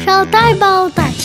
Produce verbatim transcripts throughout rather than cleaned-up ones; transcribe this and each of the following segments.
Шалтай-болтай.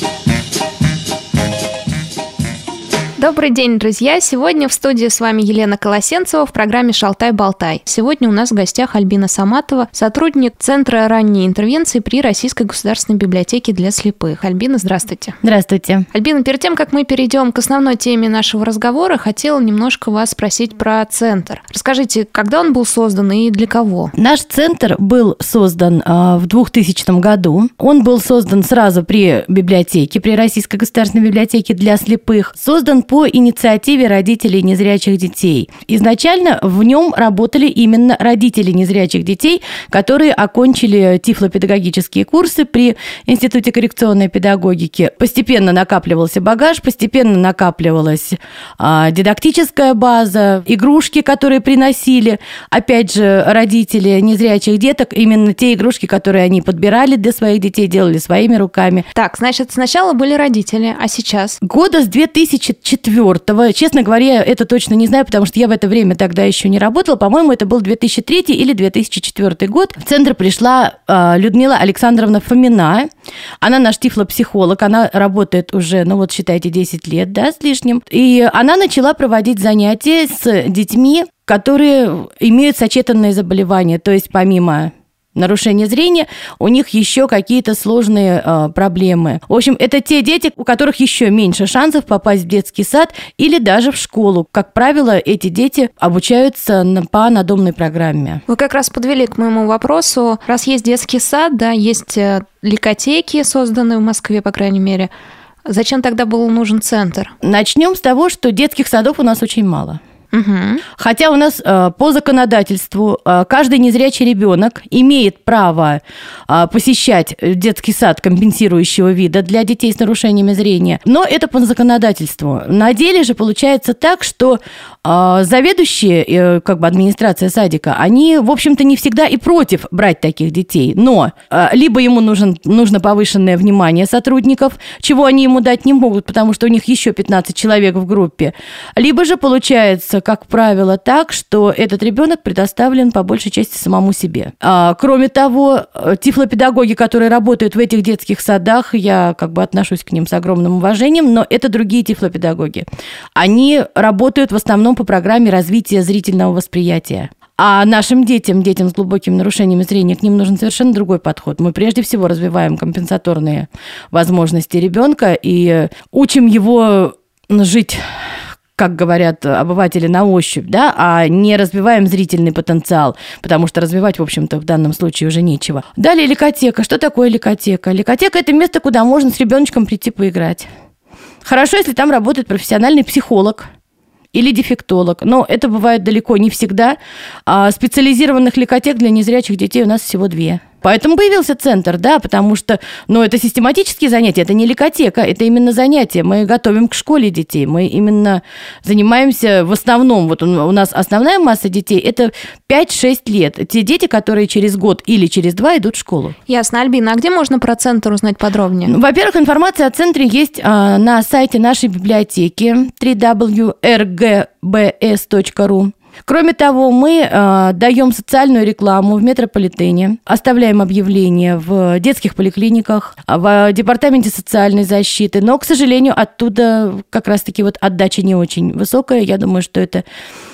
Добрый день, друзья! Сегодня в студии с вами Елена Колосенцева в программе «Шалтай-болтай». Сегодня у нас в гостях Альбина Саматова, сотрудник Центра ранней интервенции при Российской государственной библиотеке для слепых. Альбина, здравствуйте. Здравствуйте. Альбина, перед тем, как мы перейдем к основной теме нашего разговора, хотела немножко вас спросить про центр. Расскажите, когда он был создан и для кого? Наш центр был создан э, в двухтысячном году. Он был создан сразу при библиотеке, при Российской государственной библиотеке для слепых. Создан по по инициативе родителей незрячих детей. Изначально в нем работали именно родители незрячих детей, которые окончили тифлопедагогические курсы при Институте коррекционной педагогики. Постепенно накапливался багаж, постепенно накапливалась а, дидактическая база, игрушки, которые приносили, опять же, родители незрячих деток, именно те игрушки, которые они подбирали для своих детей, делали своими руками. Так, значит, сначала были родители, а сейчас? Года с две тысячи четвёртого, честно говоря, это точно не знаю, потому что я в это время тогда еще не работала. По-моему, это был две тысячи третий или две тысячи четвёртый год. В центр пришла э, Людмила Александровна Фомина. Она наш тифлопсихолог. Она работает уже, ну вот считайте, десять лет, да, с лишним. И она начала проводить занятия с детьми, которые имеют сочетанные заболевания. То есть помимо нарушение зрения, у них еще какие-то сложные э, проблемы. В общем, это те дети, у которых еще меньше шансов попасть в детский сад или даже в школу. Как правило, эти дети обучаются на, по надомной программе. Вы как раз подвели к моему вопросу. Раз есть детский сад, да, есть ликотеки, созданные в Москве, по крайней мере, зачем тогда был нужен центр? Начнем с того, что детских садов у нас очень мало. Угу. Хотя у нас э, по законодательству э, каждый незрячий ребенок имеет право э, посещать детский сад компенсирующего вида для детей с нарушениями зрения, но это по законодательству. На деле же получается так, что э, заведующие, э, как бы администрация садика, они, в общем-то, не всегда и против брать таких детей, но э, либо ему нужен, нужно повышенное внимание сотрудников, чего они ему дать не могут, потому что у них еще пятнадцать человек в группе, либо же получается, как правило, так, что этот ребенок предоставлен по большей части самому себе. А, кроме того, тифлопедагоги, которые работают в этих детских садах, я как бы отношусь к ним с огромным уважением, но это другие тифлопедагоги. Они работают в основном по программе развития зрительного восприятия. А нашим детям, детям с глубокими нарушениями зрения, к ним нужен совершенно другой подход. Мы прежде всего развиваем компенсаторные возможности ребенка и учим его жить, как говорят обыватели, на ощупь, да, а не развиваем зрительный потенциал, потому что развивать, в общем-то, в данном случае уже нечего. Далее ликотека. Что такое ликотека? Ликотека – это место, куда можно с ребеночком прийти поиграть. Хорошо, если там работает профессиональный психолог или дефектолог, но это бывает далеко не всегда. А специализированных ликотек для незрячих детей у нас всего две. Поэтому появился центр, да, потому что, ну, это систематические занятия, это не ликотека, это именно занятия. Мы готовим к школе детей, мы именно занимаемся в основном, вот у нас основная масса детей, это пять-шесть лет. Те дети, которые через год или через два идут в школу. Ясно. Альбина, а где можно про центр узнать подробнее? Ну, во-первых, информация о центре есть а, на сайте нашей библиотеки дабл ю дабл ю дабл ю точка эр джи би эс точка ру. Кроме того, мы э, даем социальную рекламу в метрополитене, оставляем объявления в детских поликлиниках, в департаменте социальной защиты, но, к сожалению, оттуда как раз-таки вот отдача не очень высокая. Я думаю, что это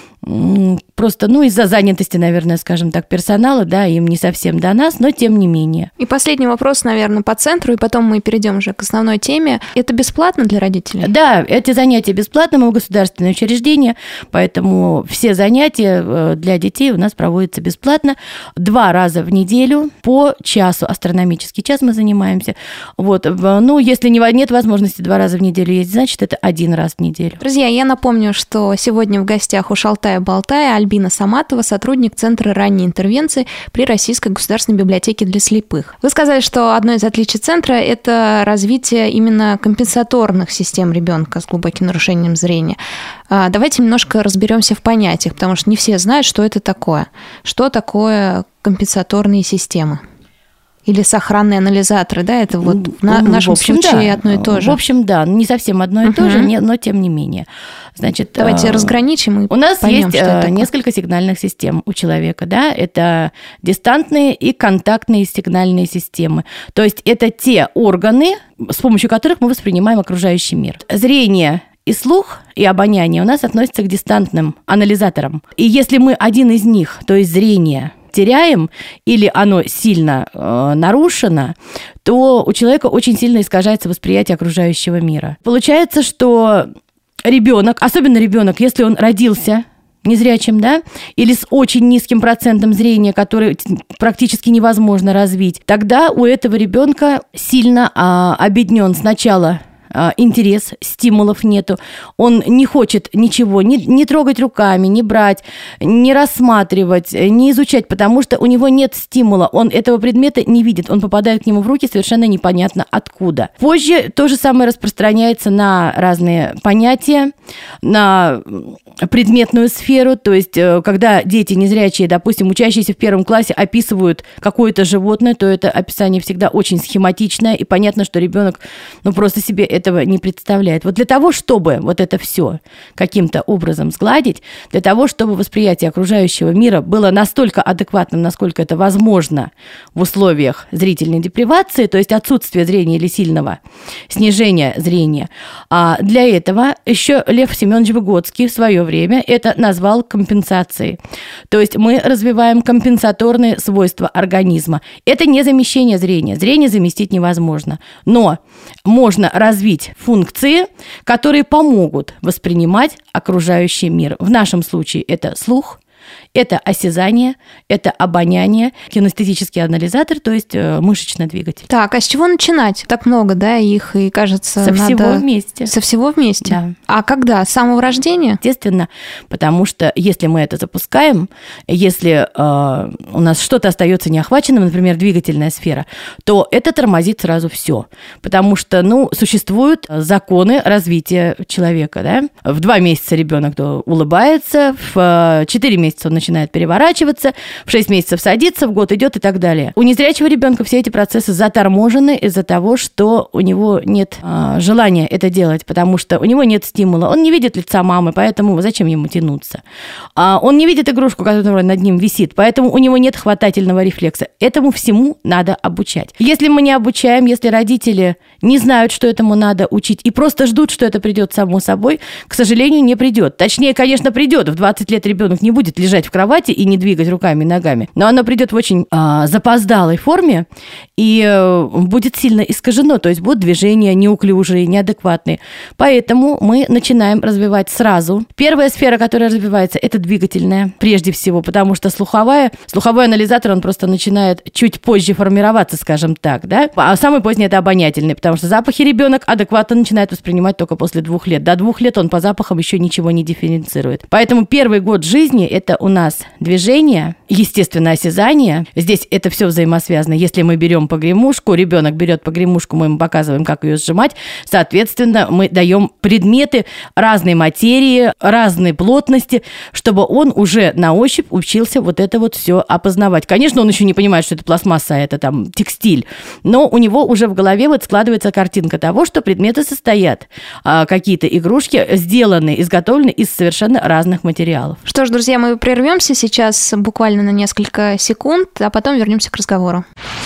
просто, ну, из-за занятости, наверное, скажем так, персонала, да, им не совсем до нас, но тем не менее. И последний вопрос, наверное, по центру, и потом мы перейдем уже к основной теме. Это бесплатно для родителей? Да, эти занятия бесплатны, мы государственное учреждение, поэтому все занятия для детей у нас проводятся бесплатно. Два раза в неделю по часу, астрономический час мы занимаемся. Вот, ну, если нет возможности два раза в неделю ездить, значит, это один раз в неделю. Друзья, я напомню, что сегодня в гостях у Шалтай-болтай Альбина Саматова, сотрудник Центра ранней интервенции при Российской государственной библиотеке для слепых. Вы сказали, что одно из отличий Центра – это развитие именно компенсаторных систем ребенка с глубоким нарушением зрения. Давайте немножко разберемся в понятиях, потому что не все знают, что это такое. Что такое компенсаторные системы? Или сохранные анализаторы, да, это вот в на- нашем в общем, случае да. одно и то же. В общем, да, не совсем одно и uh-huh. то же, но тем не менее. Значит, давайте э- разграничим и у нас поймем, есть что несколько сигнальных систем у человека, да, это дистантные и контактные сигнальные системы. То есть это те органы, с помощью которых мы воспринимаем окружающий мир. Зрение и слух, и обоняние у нас относятся к дистантным анализаторам. И если мы один из них, то есть зрение, теряем, или оно сильно э, нарушено, то у человека очень сильно искажается восприятие окружающего мира. Получается, что ребенок, особенно ребенок, если он родился незрячим, да, или с очень низким процентом зрения, который практически невозможно развить, тогда у этого ребенка сильно а, обеднен сначала интерес, стимулов нету, он не хочет ничего, не, не трогать руками, не брать, не рассматривать, не изучать, потому что у него нет стимула, он этого предмета не видит, он попадает к нему в руки совершенно непонятно откуда. Позже то же самое распространяется на разные понятия, на предметную сферу, то есть когда дети незрячие, допустим, учащиеся в первом классе описывают какое-то животное, то это описание всегда очень схематичное, и понятно, что ребенок ну, просто себе этого не представляет. Вот для того, чтобы вот это все каким-то образом сгладить, для того, чтобы восприятие окружающего мира было настолько адекватным, насколько это возможно в условиях зрительной депривации, то есть отсутствия зрения или сильного снижения зрения, а для этого еще Лев Семенович Выгодский в свое время это назвал компенсацией. То есть мы развиваем компенсаторные свойства организма. Это не замещение зрения. Зрение заместить невозможно. Но можно развить функции, которые помогут воспринимать окружающий мир. В нашем случае это слух, это осязание, это обоняние, кинестетический анализатор, то есть мышечный двигатель. Так, а с чего начинать? Так много, да, их, и кажется, Со надо... всего вместе. Со всего вместе? Да. А когда? С самого рождения? Естественно, потому что если мы это запускаем, если э, у нас что-то остается неохваченным, например, двигательная сфера, то это тормозит сразу все, потому что, ну, существуют законы развития человека, да. В два месяца ребенок улыбается, в четыре месяца он начинает переворачиваться, в шесть месяцев садится, в год идет и так далее. У незрячего ребенка все эти процессы заторможены из-за того, что у него нет э, желания это делать, потому что у него нет стимула. Он не видит лица мамы, поэтому зачем ему тянуться? А он не видит игрушку, которая над ним висит, поэтому у него нет хватательного рефлекса. Этому всему надо обучать. Если мы не обучаем, если родители не знают, что этому надо учить, и просто ждут, что это придет само собой, к сожалению, не придет. Точнее, конечно, придет. В двадцать лет ребенок не будет лежать в кровати и не двигать руками и ногами, но оно придет в очень а, запоздалой форме и а, будет сильно искажено, то есть будут движения неуклюжие, неадекватные. Поэтому мы начинаем развивать сразу. Первая сфера, которая развивается, это двигательная, прежде всего, потому что слуховая, слуховой анализатор, он просто начинает чуть позже формироваться, скажем так, да, а самый поздний это обонятельный, потому что запахи ребенок адекватно начинает воспринимать только после двух лет. До двух лет он по запахам еще ничего не дифференцирует. Поэтому первый год жизни это у нас движение, естественно, осязание. Здесь это все взаимосвязано. Если мы берем погремушку, ребенок берет погремушку, мы ему показываем, как ее сжимать. Соответственно, мы даем предметы разной материи, разной плотности, чтобы он уже на ощупь учился вот это вот все опознавать. Конечно, он еще не понимает, что это пластмасса, это там текстиль, но у него уже в голове вот складывается картинка того, что предметы состоят, а, какие-то игрушки сделаны, изготовлены из совершенно разных материалов. Что ж, друзья, мы прервемся сейчас буквально на несколько секунд, а потом вернемся к разговору.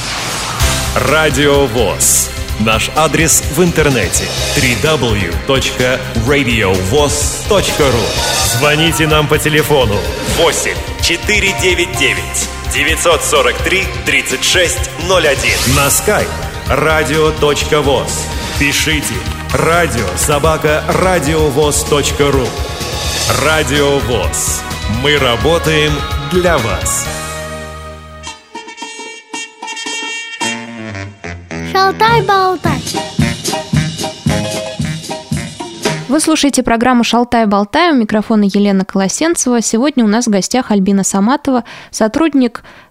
Радио ВОС. Наш адрес в интернете дабл ю дабл ю дабл ю точка радио вос точка ру. Звоните нам по телефону восемь четыре девять девять девятьсот сорок три тридцать шесть ноль один. На скайп радио.воз. Пишите радио собака радиовоз точка ру. Радио ВОС. Мы работаем для вас. Шалтай-болтай. Вы слушаете программу «Шалтай-болтай». У микрофона Елена Колосенцева. Сегодня у нас в гостях Альбина Саматова, сотрудник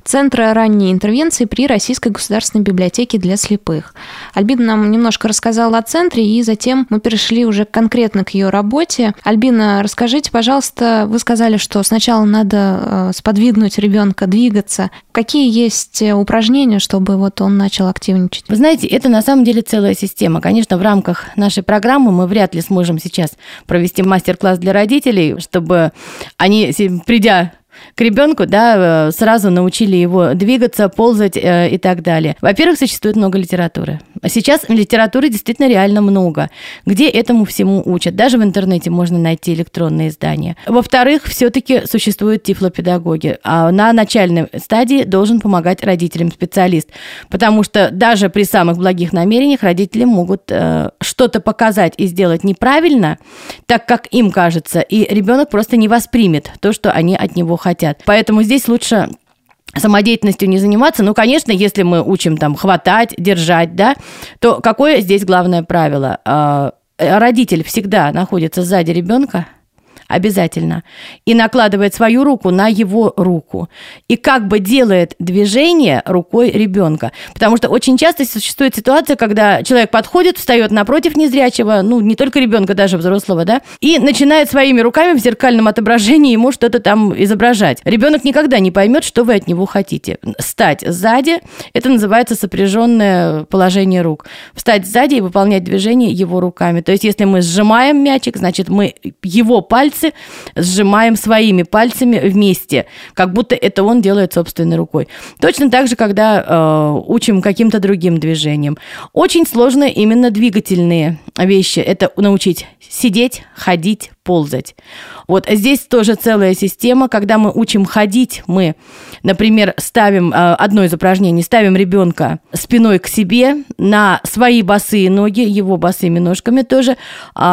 Центра ранней интервенции при Российской государственной библиотеке для слепых. Альбина нам немножко рассказала о центре, и затем мы перешли уже конкретно к ее работе. Альбина, расскажите, пожалуйста, вы сказали, что сначала надо сподвигнуть ребенка двигаться. Какие есть упражнения, чтобы вот он начал активничать? Вы знаете, это на самом деле целая система. Конечно, в рамках нашей программы мы вряд ли сможем сейчас провести мастер-класс для родителей, чтобы они, придя к ребенку, да, сразу научили его двигаться, ползать э, и так далее. Во-первых, существует много литературы. Сейчас литературы действительно реально много, где этому всему учат. Даже в интернете можно найти электронные издания. Во-вторых, все-таки существуют тифлопедагоги. А на начальной стадии должен помогать родителям специалист, потому что даже при самых благих намерениях родители могут э, что-то показать и сделать неправильно, так как им кажется, и ребенок просто не воспримет то, что они от него хотят. Поэтому здесь лучше самодеятельностью не заниматься. Ну, конечно, если мы учим там хватать, держать, да, то какое здесь главное правило? Родитель всегда находится сзади ребенка, обязательно, и накладывает свою руку на его руку. И как бы делает движение рукой ребенка. Потому что очень часто существует ситуация, когда человек подходит, встает напротив незрячего, ну, не только ребенка, даже взрослого, да, и начинает своими руками в зеркальном отображении ему что-то там изображать. Ребенок никогда не поймет, что вы от него хотите. Встать сзади, это называется сопряженное положение рук. Встать сзади и выполнять движение его руками. То есть, если мы сжимаем мячик, значит, мы его пальцы сжимаем своими пальцами вместе, как будто это он делает собственной рукой. Точно так же, когда э, учим каким-то другим движениям. Очень сложно именно двигательные вещи. Это научить сидеть, ходить, ползать. Вот здесь тоже целая система. Когда мы учим ходить, мы, например, ставим э, одно из упражнений, ставим ребенка спиной к себе на свои босые ноги, его босыми ножками тоже, э,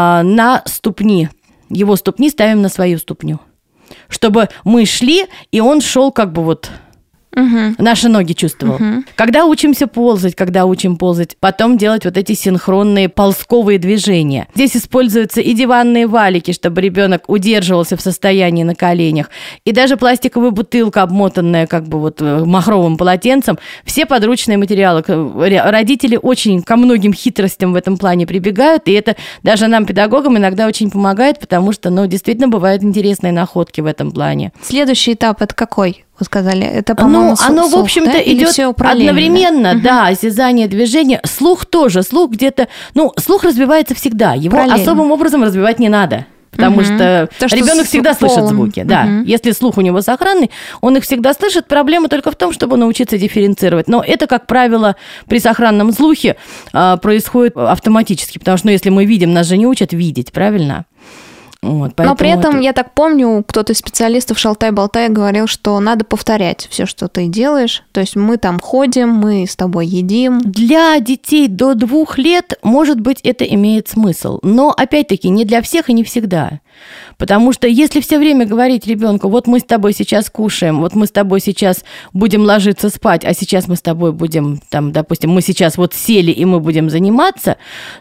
на ступни. Его ступни ставим на свою ступню, чтобы мы шли, и он шел как бы вот... Угу. Наши ноги чувствовал. Угу. Когда учимся ползать, когда учим ползать, потом делать вот эти синхронные ползковые движения. Здесь используются и диванные валики, чтобы ребенок удерживался в состоянии на коленях, и даже пластиковая бутылка, обмотанная как бы вот махровым полотенцем. Все подручные материалы. Родители очень ко многим хитростям в этом плане прибегают, и это даже нам, педагогам, иногда очень помогает, потому что, ну, действительно бывают интересные находки в этом плане. Следующий этап – это какой? Вы сказали, это, по-моему, ну, оно, слух, в общем-то, да? идет одновременно, угу. Да, осязание, движение. Слух тоже, слух где-то, ну, слух развивается всегда, его особым образом развивать не надо. Потому угу. что То, ребенок всегда полом. слышит звуки. Да. Угу. Если слух у него сохранный, он их всегда слышит. Проблема только в том, чтобы научиться дифференцировать. Но это, как правило, при сохранном слухе э, происходит автоматически. Потому что, ну, если мы видим, нас же не учат видеть, правильно? Вот, но при этом, это... я так помню, кто-то из специалистов шалтай-болтай говорил, что надо повторять все, что ты делаешь. То есть мы там ходим, мы с тобой едим. Для детей до двух лет, может быть, это имеет смысл. Но, опять-таки, не для всех и не всегда. Потому что если все время говорить ребенку, вот мы с тобой сейчас кушаем, вот мы с тобой сейчас будем ложиться спать, а сейчас мы с тобой будем, там, допустим, мы сейчас вот сели и мы будем заниматься,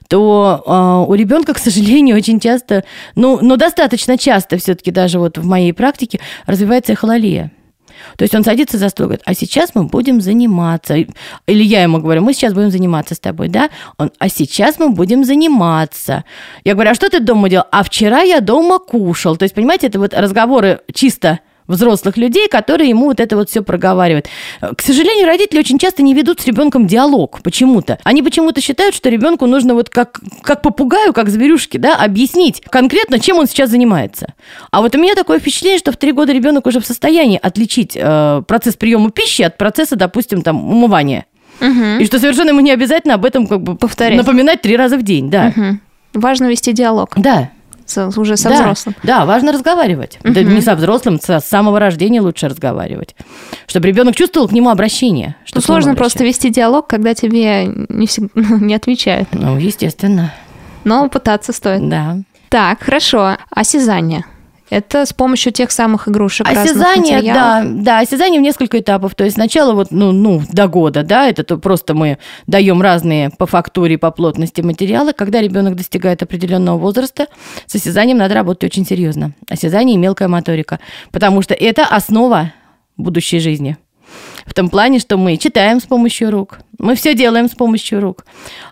то э, у ребенка, к сожалению, очень часто, ну, но достаточно часто все-таки даже вот в моей практике развивается эхололия. То есть он садится за стол и говорит, а сейчас мы будем заниматься. Или я ему говорю, мы сейчас будем заниматься с тобой, да? Он, а сейчас мы будем заниматься. Я говорю, а что ты дома делал? А вчера я дома кушал. То есть, понимаете, это вот разговоры чисто взрослых людей, которые ему вот это вот все проговаривают. К сожалению, родители очень часто не ведут с ребенком диалог почему-то. Они почему-то считают, что ребенку нужно вот как, как попугаю, как зверюшке, да, объяснить конкретно, чем он сейчас занимается. А вот у меня такое впечатление, что в три года ребенок уже в состоянии отличить э, процесс приема пищи от процесса, допустим, там, умывания. Угу. И что совершенно ему не обязательно об этом как бы повторять, напоминать три раза в день, да. Угу. Важно вести диалог. Да. Уже со да, взрослым. Да, важно разговаривать. Uh-huh. Да, не со взрослым, с самого рождения лучше разговаривать. Чтобы ребенок чувствовал к нему обращение. Ну, сложно просто вести диалог, когда тебе не, всегда, не отвечают. Ну, естественно. Но пытаться стоит. Да. Так, хорошо. Осязание. Это с помощью тех самых игрушек, осязание, разных материалов? Да, да, осязание в несколько этапов. То есть сначала вот, ну, ну, до года, да, это то просто мы даем разные по фактуре, по плотности материалы. Когда ребенок достигает определенного возраста, с осязанием надо работать очень серьезно. Осязание и мелкая моторика, потому что это основа будущей жизни. В том плане, что мы читаем с помощью рук, мы все делаем с помощью рук.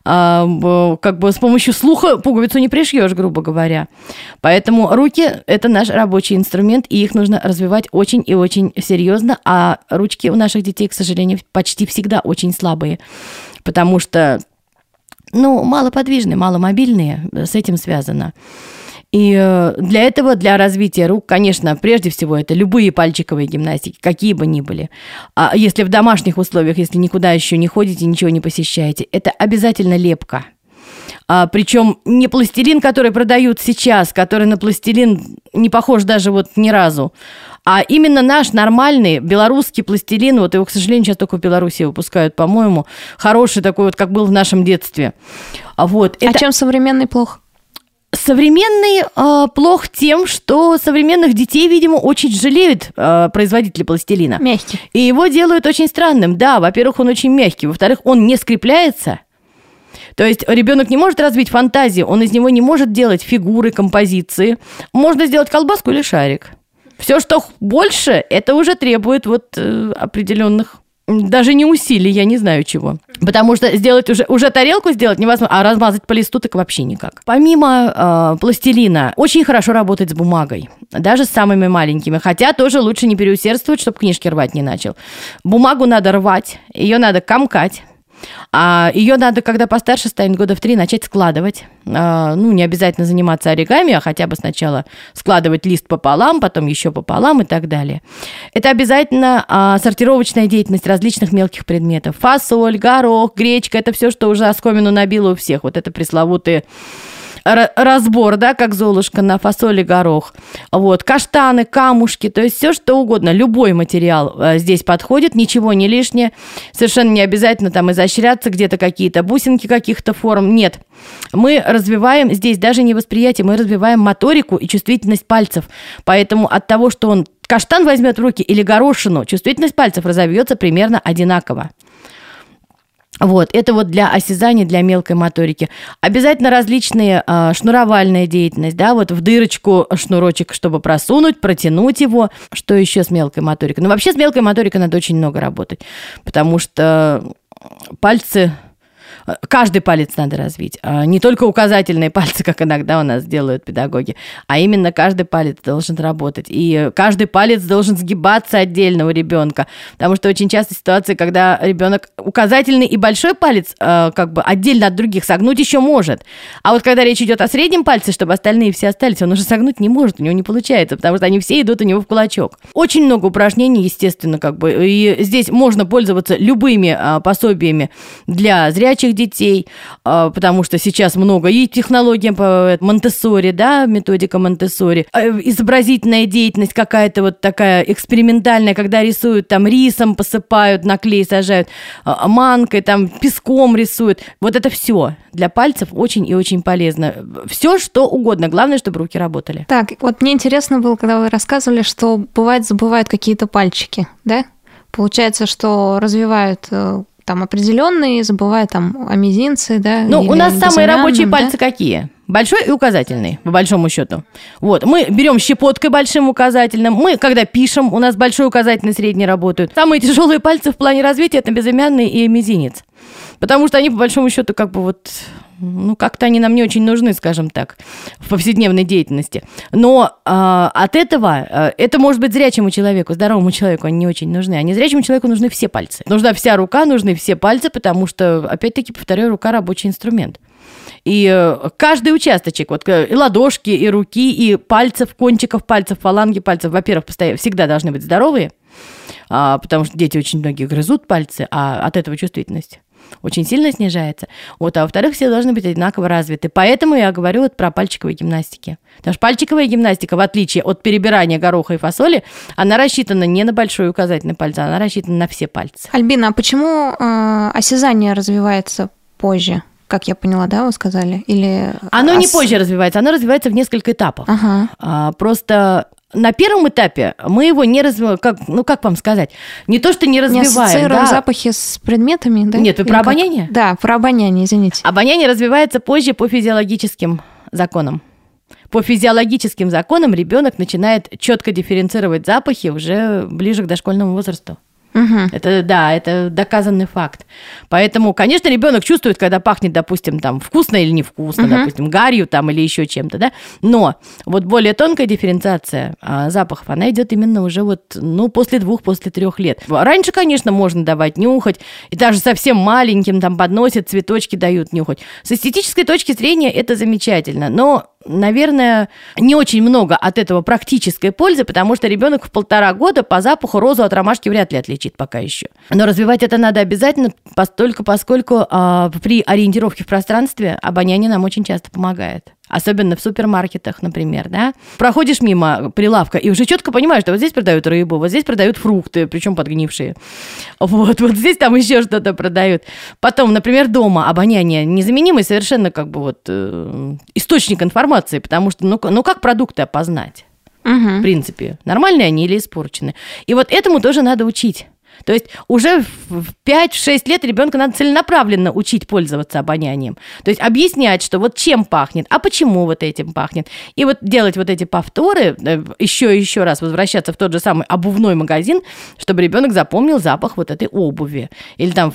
А, как бы с помощью слуха пуговицу не пришьешь, грубо говоря. Поэтому руки – это наш рабочий инструмент, и их нужно развивать очень и очень серьезно. А ручки у наших детей, к сожалению, почти всегда очень слабые, потому что, ну, малоподвижные, маломобильные, с этим связано. И для этого, для развития рук, конечно, прежде всего, это любые пальчиковые гимнастики, какие бы ни были. А если в домашних условиях, если никуда еще не ходите, ничего не посещаете, это обязательно лепка. А, причем не пластилин, который продают сейчас, который на пластилин не похож даже вот ни разу, а именно наш нормальный белорусский пластилин, вот его, к сожалению, сейчас только в Беларуси выпускают, по-моему, хороший такой вот, как был в нашем детстве. А, вот, это... а чем современный плох? Современный э, плох тем, что современных детей, видимо, очень жалеют э, производители пластилина. Мягкий. И его делают очень странным. Да, во-первых, он очень мягкий. Во-вторых, он не скрепляется. То есть ребенок не может развить фантазию, он из него не может делать фигуры, композиции. Можно сделать колбаску или шарик. Все, что больше, это уже требует вот э, определенных... Даже не усилий, я не знаю чего. Потому что сделать уже, уже тарелку сделать невозможно, а размазать по листу так вообще никак. Помимо э, пластилина, очень хорошо работать с бумагой. Даже с самыми маленькими. Хотя тоже лучше не переусердствовать, чтобы книжки рвать не начал. Бумагу надо рвать, ее надо комкать. А ее надо, когда постарше станет, года в три, начать складывать. А, ну, не обязательно заниматься оригами, а хотя бы сначала складывать лист пополам, потом еще пополам и так далее. Это обязательно а, сортировочная деятельность различных мелких предметов. Фасоль, горох, гречка – это все, что уже оскомину набило у всех. Вот это пресловутые... разбор, да, как Золушка на фасоли, горох, вот, каштаны, камушки, то есть все, что угодно, любой материал здесь подходит, ничего не лишнее, совершенно не обязательно там изощряться, где-то какие-то бусинки каких-то форм, нет. Мы развиваем здесь даже не восприятие, мы развиваем моторику и чувствительность пальцев, поэтому от того, что он каштан возьмет в руки или горошину, чувствительность пальцев разовьется примерно одинаково. Вот, это вот для осязания, для мелкой моторики. Обязательно различные э, шнуровальная деятельность, да, вот в дырочку шнурочек, чтобы просунуть, протянуть его. Что еще с мелкой моторикой? Ну, вообще с мелкой моторикой надо очень много работать, потому что пальцы... Каждый палец надо развить. Не только указательные пальцы, как иногда у нас делают педагоги, а именно каждый палец должен работать. И каждый палец должен сгибаться отдельно у ребенка. Потому что очень часто ситуации, когда ребенок указательный и большой палец как бы отдельно от других согнуть еще может. А вот когда речь идет о среднем пальце, чтобы остальные все остались, он уже согнуть не может, у него не получается, потому что они все идут у него в кулачок. Очень много упражнений, естественно, как бы. И здесь можно пользоваться любыми пособиями для зрячих детей, потому что сейчас много и технологий по Монтессори, да, методика Монтессори, изобразительная деятельность какая-то вот такая экспериментальная, когда рисуют там рисом, посыпают, на клей сажают, манкой, там песком рисуют. Вот это все для пальцев очень и очень полезно. Все, что угодно. Главное, чтобы руки работали. Так, вот мне интересно было, когда вы рассказывали, что бывает забывают какие-то пальчики, да? Получается, что развивают там определенные, забывают там о мизинце, да? Ну, у нас самые рабочие пальцы, да? Какие? Большой и указательный, по большому счету. Вот, мы берем щепоткой большим указательным. Мы, когда пишем, у нас большой указательный, средний работают. Самые тяжелые пальцы в плане развития – это безымянный и мизинец. Потому что они, по большому счету, как бы вот... Ну, как-то они нам не очень нужны, скажем так, в повседневной деятельности. Но э, от этого, э, это может быть зрячему человеку, здоровому человеку они не очень нужны. А незрячему человеку нужны все пальцы. Нужна вся рука, нужны все пальцы, потому что, опять-таки, повторяю, рука – рабочий инструмент. И э, каждый участочек, вот и ладошки, и руки, и пальцев, кончиков пальцев, фаланги пальцев, во-первых, постоянно, всегда должны быть здоровые, э, потому что дети очень многие грызут пальцы, а от этого чувствительность очень сильно снижается. Вот, а во-вторых, все должны быть одинаково развиты. Поэтому я говорю вот про пальчиковые гимнастики. Потому что пальчиковая гимнастика, в отличие от перебирания гороха и фасоли, она рассчитана не на большой указательный палец, она рассчитана на все пальцы. Альбина, а почему э, осязание развивается позже? Как я поняла, да, вы сказали? Или... Оно ос... не позже развивается, оно развивается в несколько этапов. Ага. А, просто... На первом этапе мы его не развиваем, как, ну как вам сказать, не то, что не развиваем. Не ассоциируем да. запахи с предметами, да? Нет, вы Или про как? обоняние? Да, про обоняние, извините. Обоняние развивается позже по физиологическим законам. По физиологическим законам ребенок начинает четко дифференцировать запахи уже ближе к дошкольному возрасту. Угу. Это, да, это доказанный факт. Поэтому, конечно, ребенок чувствует, когда пахнет, допустим, там, вкусно или невкусно, угу. допустим, гарью там или еще чем-то, да. Но вот более тонкая дифференциация а, запахов, она идет именно уже вот, ну, после двух, после трех лет. Раньше, конечно, можно давать нюхать, и даже совсем маленьким там подносят, цветочки дают нюхать. С эстетической точки зрения это замечательно, но наверное, не очень много от этого практической пользы, потому что ребенок в полтора года по запаху розу от ромашки вряд ли отличит пока еще. Но развивать это надо обязательно, только поскольку а, при ориентировке в пространстве обоняние нам очень часто помогает. Особенно в супермаркетах, например, да. Проходишь мимо прилавка и уже четко понимаешь, что вот здесь продают рыбу, вот здесь продают фрукты, причем подгнившие. Вот, вот здесь там еще что-то продают. Потом, например, дома обоняние незаменимый совершенно как бы вот э, источник информации, потому что, ну, ну как продукты опознать? Угу. В принципе, нормальные они или испорчены. И вот этому тоже надо учить. То есть уже в пять-шесть лет ребенка надо целенаправленно учить пользоваться обонянием. То есть объяснять, что вот чем пахнет, а почему вот этим пахнет. И вот делать вот эти повторы, еще и еще раз возвращаться в тот же самый обувной магазин, чтобы ребенок запомнил запах вот этой обуви. Или там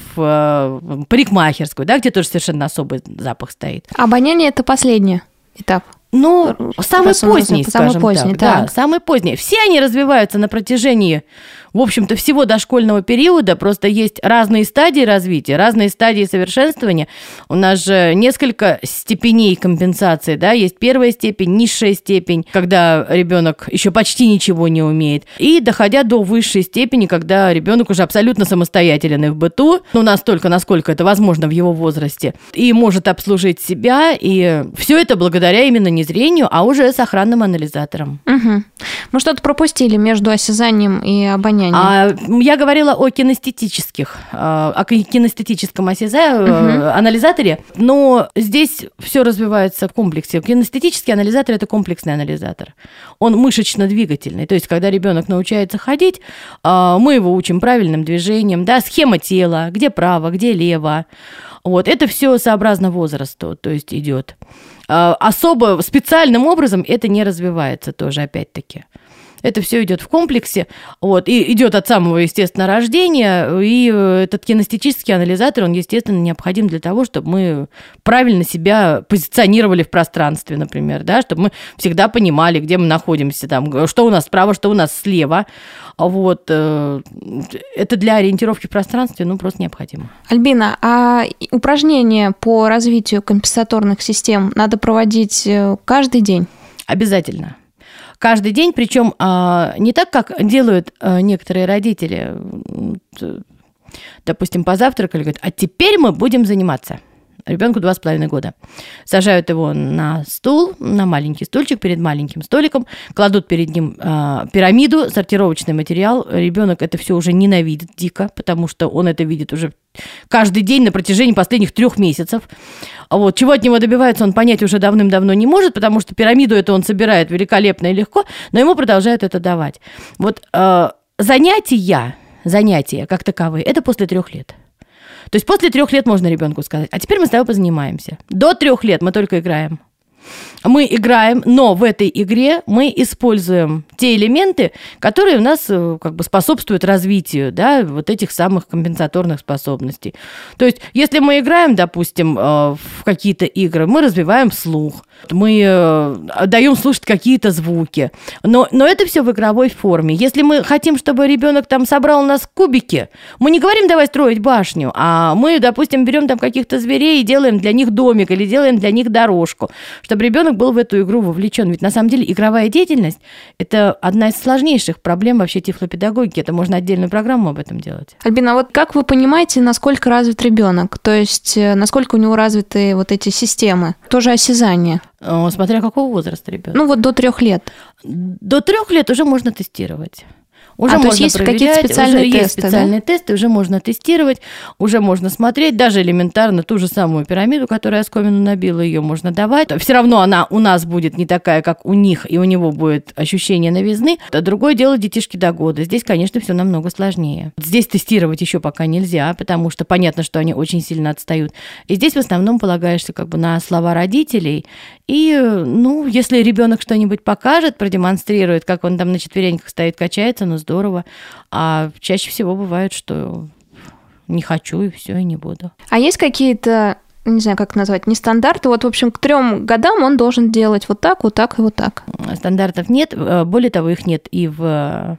в парикмахерскую, да, где тоже совершенно особый запах стоит. Обоняние – это последний этап. Ну, самый поздний, скажем самый поздний, так. Да, так. самый поздний. Все они развиваются на протяжении, в общем-то, всего дошкольного периода. Просто есть разные стадии развития, разные стадии совершенствования. У нас же несколько степеней компенсации, да, есть первая степень, низшая степень, когда ребенок еще почти ничего не умеет, и доходя до высшей степени, когда ребенок уже абсолютно самостоятельный в быту, ну, настолько, насколько это возможно в его возрасте, и может обслужить себя, и все это благодаря именно не зрению, а уже с охранным анализатором. Угу. Мы что-то пропустили между осязанием и обонянием. А, я говорила о кинестетических, о кинестетическом осяза... угу. анализаторе, но здесь все развивается в комплексе. Кинестетический анализатор – это комплексный анализатор. Он мышечно-двигательный. То есть, когда ребенок научается ходить, мы его учим правильным движением, да, схема тела, где право, где лево. Вот, это все сообразно возрасту, то есть идет. Особо специальным образом это не развивается тоже, опять-таки. Это все идет в комплексе, вот, и идет от самого, естественно, рождения, и этот кинестетический анализатор, он, естественно, необходим для того, чтобы мы правильно себя позиционировали в пространстве, например, да, чтобы мы всегда понимали, где мы находимся, там, что у нас справа, что у нас слева. Вот. Это для ориентировки в пространстве, ну, просто необходимо. Альбина, а упражнения по развитию компенсаторных систем надо проводить каждый день? Обязательно. Каждый день, причем не так, как делают некоторые родители. Допустим, позавтракали, говорят, а теперь мы будем заниматься. Ребенку два с половиной года. Сажают его на стул, на маленький стульчик перед маленьким столиком, кладут перед ним э, пирамиду, сортировочный материал. Ребенок это все уже ненавидит дико, потому что он это видит уже каждый день на протяжении последних трех месяцев. Вот. Чего от него добивается, он понять уже давным-давно не может, потому что пирамиду это он собирает великолепно и легко, но ему продолжают это давать. Вот э, занятия, занятия как таковые, это после трех лет. То есть после трех лет можно ребенку сказать, а теперь мы с тобой позанимаемся. До трех лет мы только играем. Мы играем, но в этой игре мы используем те элементы, которые у нас как бы способствуют развитию, да, вот этих самых компенсаторных способностей. То есть, если мы играем, допустим, в какие-то игры, мы развиваем слух, мы даем слушать какие-то звуки, но, но это все в игровой форме. Если мы хотим, чтобы ребенок там собрал у нас кубики, мы не говорим, давай строить башню, а мы, допустим, берем там каких-то зверей и делаем для них домик или делаем для них дорожку, чтобы ребенок был в эту игру вовлечен. Ведь на самом деле игровая деятельность – это одна из сложнейших проблем вообще тифлопедагогики. Это можно отдельную программу об этом делать. Альбина, а вот как вы понимаете, насколько развит ребенок? То есть насколько у него развиты вот эти системы? Тоже осязание? Смотря какого возраста ребенок. Ну вот до трех лет. До трех лет уже можно тестировать. Уже а, можно то есть проверять, какие-то специальные уже тесты, есть специальные да? тесты, уже можно тестировать, уже можно смотреть, даже элементарно ту же самую пирамиду, которую я Скомину набила, ее можно давать. Все равно она у нас будет не такая, как у них, и у него будет ощущение новизны. А другое дело детишки до года. Здесь, конечно, все намного сложнее. Здесь тестировать еще пока нельзя, потому что понятно, что они очень сильно отстают. И здесь в основном полагаешься как бы на слова родителей. И, ну, если ребенок что-нибудь покажет, продемонстрирует, как он там на четвереньках стоит, качается, ну, здорово. А чаще всего бывает, что не хочу, и все, и не буду. А есть какие-то, не знаю, как назвать, не стандарты? Вот, в общем, к трем годам он должен делать вот так, вот так и вот так. Стандартов нет. Более того, их нет и в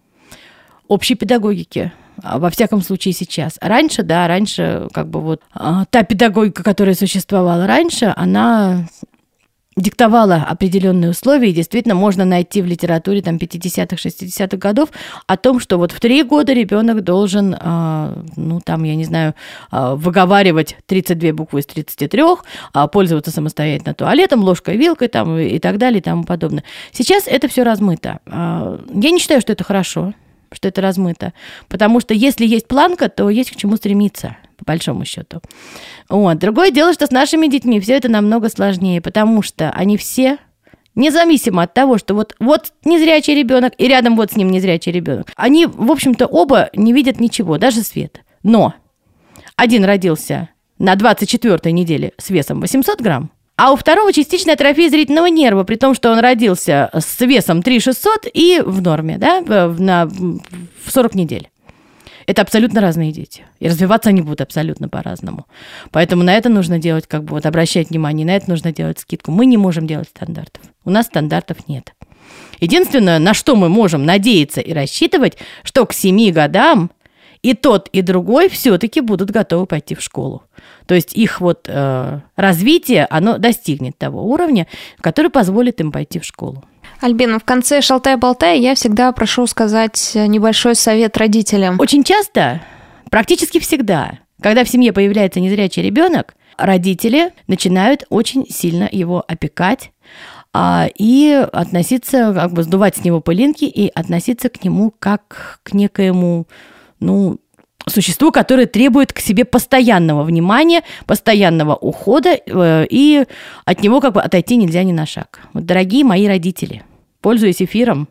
общей педагогике. Во всяком случае, сейчас. Раньше, да, раньше, как бы вот та педагогика, которая существовала раньше, она диктовала определенные условия, и действительно можно найти в литературе там пятидесятых, шестидесятых годов о том, что вот в три года ребенок должен, ну, там, я не знаю, выговаривать тридцать две буквы из тридцати трёх, пользоваться самостоятельно туалетом, ложкой, вилкой там, и так далее, и тому подобное. Сейчас это все размыто. Я не считаю, что это хорошо, что это размыто. Потому что если есть планка, то есть к чему стремиться, по большому счету. Вот. Другое дело, что с нашими детьми все это намного сложнее, потому что они все, независимо от того, что вот, вот незрячий ребенок и рядом вот с ним незрячий ребенок, они, в общем-то, оба не видят ничего, даже свет. Но один родился на двадцать четвёртой неделе с весом восемьсот грамм, а у второго частичная атрофия зрительного нерва, при том, что он родился с весом три тысячи шестьсот и в норме, да, на, в сорок недель. Это абсолютно разные дети. И развиваться они будут абсолютно по-разному. Поэтому на это нужно делать, как бы вот обращать внимание, на это нужно делать скидку. Мы не можем делать стандартов. У нас стандартов нет. Единственное, на что мы можем надеяться и рассчитывать, что к семи годам и тот, и другой все-таки будут готовы пойти в школу. То есть их вот э, развитие, оно достигнет того уровня, который позволит им пойти в школу. Альбина, в конце «Шалтай-болтай» я всегда прошу сказать небольшой совет родителям. Очень часто, практически всегда, когда в семье появляется незрячий ребенок, родители начинают очень сильно его опекать а, и относиться, как бы сдувать с него пылинки и относиться к нему как к некоему, ну, существу, которое требует к себе постоянного внимания, постоянного ухода, э, и от него как бы отойти нельзя ни на шаг. Вот, дорогие мои родители, пользуясь эфиром,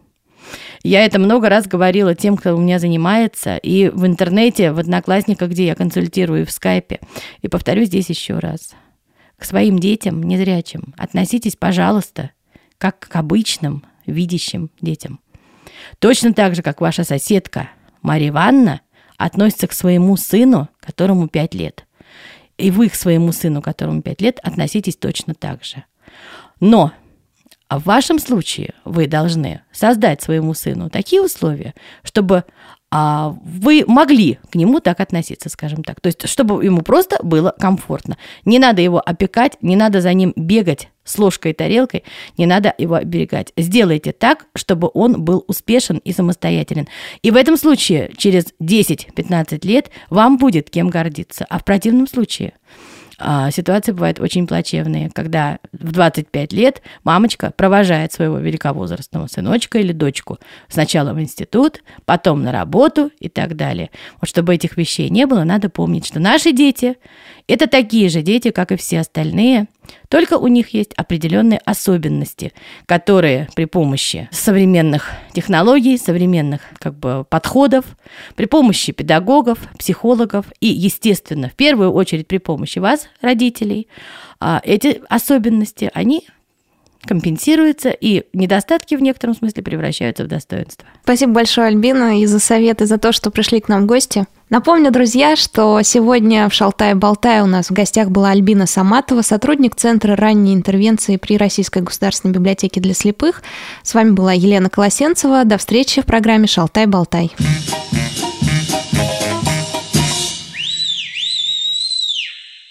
я это много раз говорила тем, кто у меня занимается, и в интернете, в Одноклассниках, где я консультирую, и в скайпе. И повторю здесь еще раз. К своим детям, незрячим, относитесь, пожалуйста, как к обычным видящим детям. Точно так же, как ваша соседка Марья Ивановна относится к своему сыну, которому пять лет. И вы к своему сыну, которому пять лет, относитесь точно так же. Но в вашем случае вы должны создать своему сыну такие условия, чтобы а, вы могли к нему так относиться, скажем так. То есть, чтобы ему просто было комфортно. Не надо его опекать, не надо за ним бегать с ложкой и тарелкой, не надо его оберегать. Сделайте так, чтобы он был успешен и самостоятелен. И в этом случае через десять-пятнадцать лет вам будет кем гордиться. А в противном случае ситуации бывают очень плачевные, когда в двадцать пять лет мамочка провожает своего великовозрастного сыночка или дочку сначала в институт, потом на работу и так далее. Вот чтобы этих вещей не было, надо помнить, что наши дети – это такие же дети, как и все остальные, только у них есть определенные особенности, которые при помощи современных технологий, современных как бы подходов, при помощи педагогов, психологов и, естественно, в первую очередь при помощи вас, родителей, эти особенности, они компенсируются, и недостатки в некотором смысле превращаются в достоинство. Спасибо большое, Альбина, и за советы, за то, что пришли к нам в гости. Напомню, друзья, что сегодня в «Шалтай-болтай» у нас в гостях была Альбина Саматова, сотрудник Центра ранней интервенции при Российской государственной библиотеке для слепых. С вами была Елена Колосенцева. До встречи в программе «Шалтай-болтай».